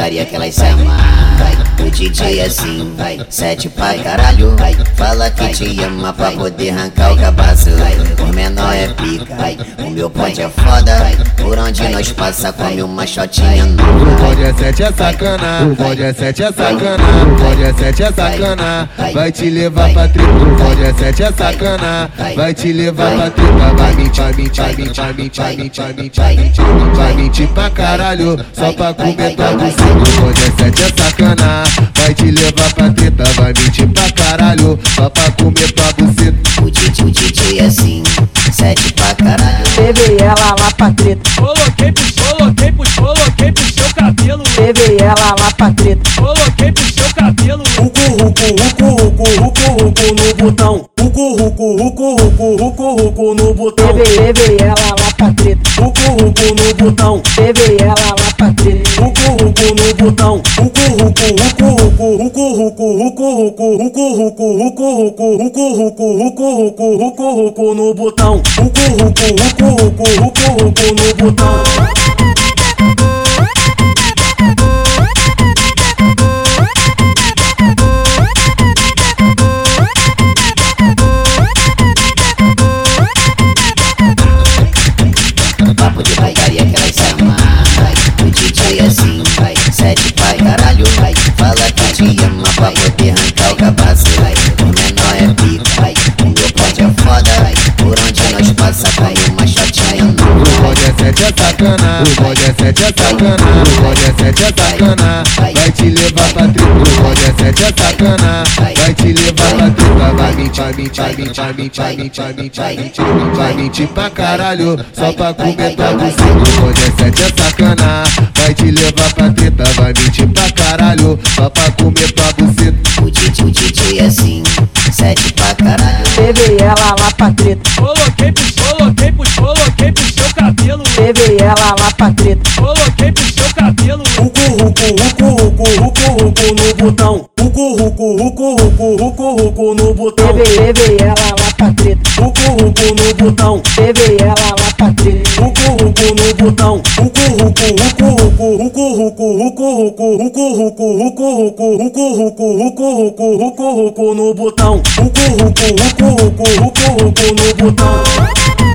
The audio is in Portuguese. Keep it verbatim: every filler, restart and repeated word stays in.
putaria que elas se amarram. O D J assim, sete pra caralho. Fala que te ama pra poder arrancar o cabaço. Por menor é pica, o meu ponte é foda. Por onde nós passa come uma shotinha nova. O pode é sete é sacana, o pode é sete é sacana, o pode é sete é sacana, vai te levar pra treta. O pode é sete é sacana, vai te levar pra treta. Vai mentir, vai mentir, vai mentir, vai mentir, vai mentir, vai mentir, vai mentir, vai mentir pra caralho, só pra comer tua buceta. O pode é sete é sacana, vai te levar pra treta. Vai mentir pra caralho, só pra comer tua buceta. O D J, o D J assim, sete pra caralho. Levei ela lá pra treta. Coloquei, puxou, coloquei, puxou, coloquei pro seu cabelo. Levei ela lá pra treta. Coloquei pro seu cabelo. Rucu, rucu, rucu, rucu, rucu, rucu no botão. Rucu, rucu, rucu, rucu, rucu, rucu no botão. Levei, levei ela lá pra treta. Rucu, rucu no botão. Levei ela lá pra treta. Rucu, rucu no botão. Rucu, rucu, rucu, rucu, rucu, rucu, rucu, rucu, rucu, rucu, rucu, rucu, rucu, rucu, rucu, rucu, rucu no botão. Rucu, rucu, rucu, rucu, rucu, rucu no botão. Papo de putaria que elas se amarram. O D J assim, sete pra caralho. Fala que te ama pra poder arrancar o cabaço. Por menor é pica, o meu ponte é foda. Por onde nós passa cai uma shotinha nova. O pode é sete é sacana, o pode é sete é sacana, o pode é sete é sacana, vai te levar pra treta. O pode é sete é sacana, vai te levar pra treta. Vai mentir, vai mentir, vai mentir, vai mentir, vai mentir, vai mentir, vai mentir, vai mentir pra caralho, só pra comer tua buceta. O pode é sete é sacana, vai te levar pra treta. Vai mentir pra caralho, só pra comer tua buceta. O D J, o D J assim, sete pra caralho. Levei ela lá pra treta. Coloquei, puxou, coloquei, puxou, coloquei pro seu cabelo. Levei ela lá pra treta. Coloquei pro seu cabelo. Rucu, rucu, rucu, rucu, rucu, rucu no botão. Rucu, rucu, rucu, rucu, rucu, rucu no botão. Levei, levei ela lá pra treta. Rucu, rucu no botão. Levei ela lá pra treta. Rucu, rucu no botão. Rucu, rucu, rucu, rucu, rucu, rucu, rucu, rucu, rucu, rucu, rucu, rucu, rucu, rucu, rucu, rucu, rucu no botão. Rucu, rucu, rucu, rucu, rucu, rucu no botão.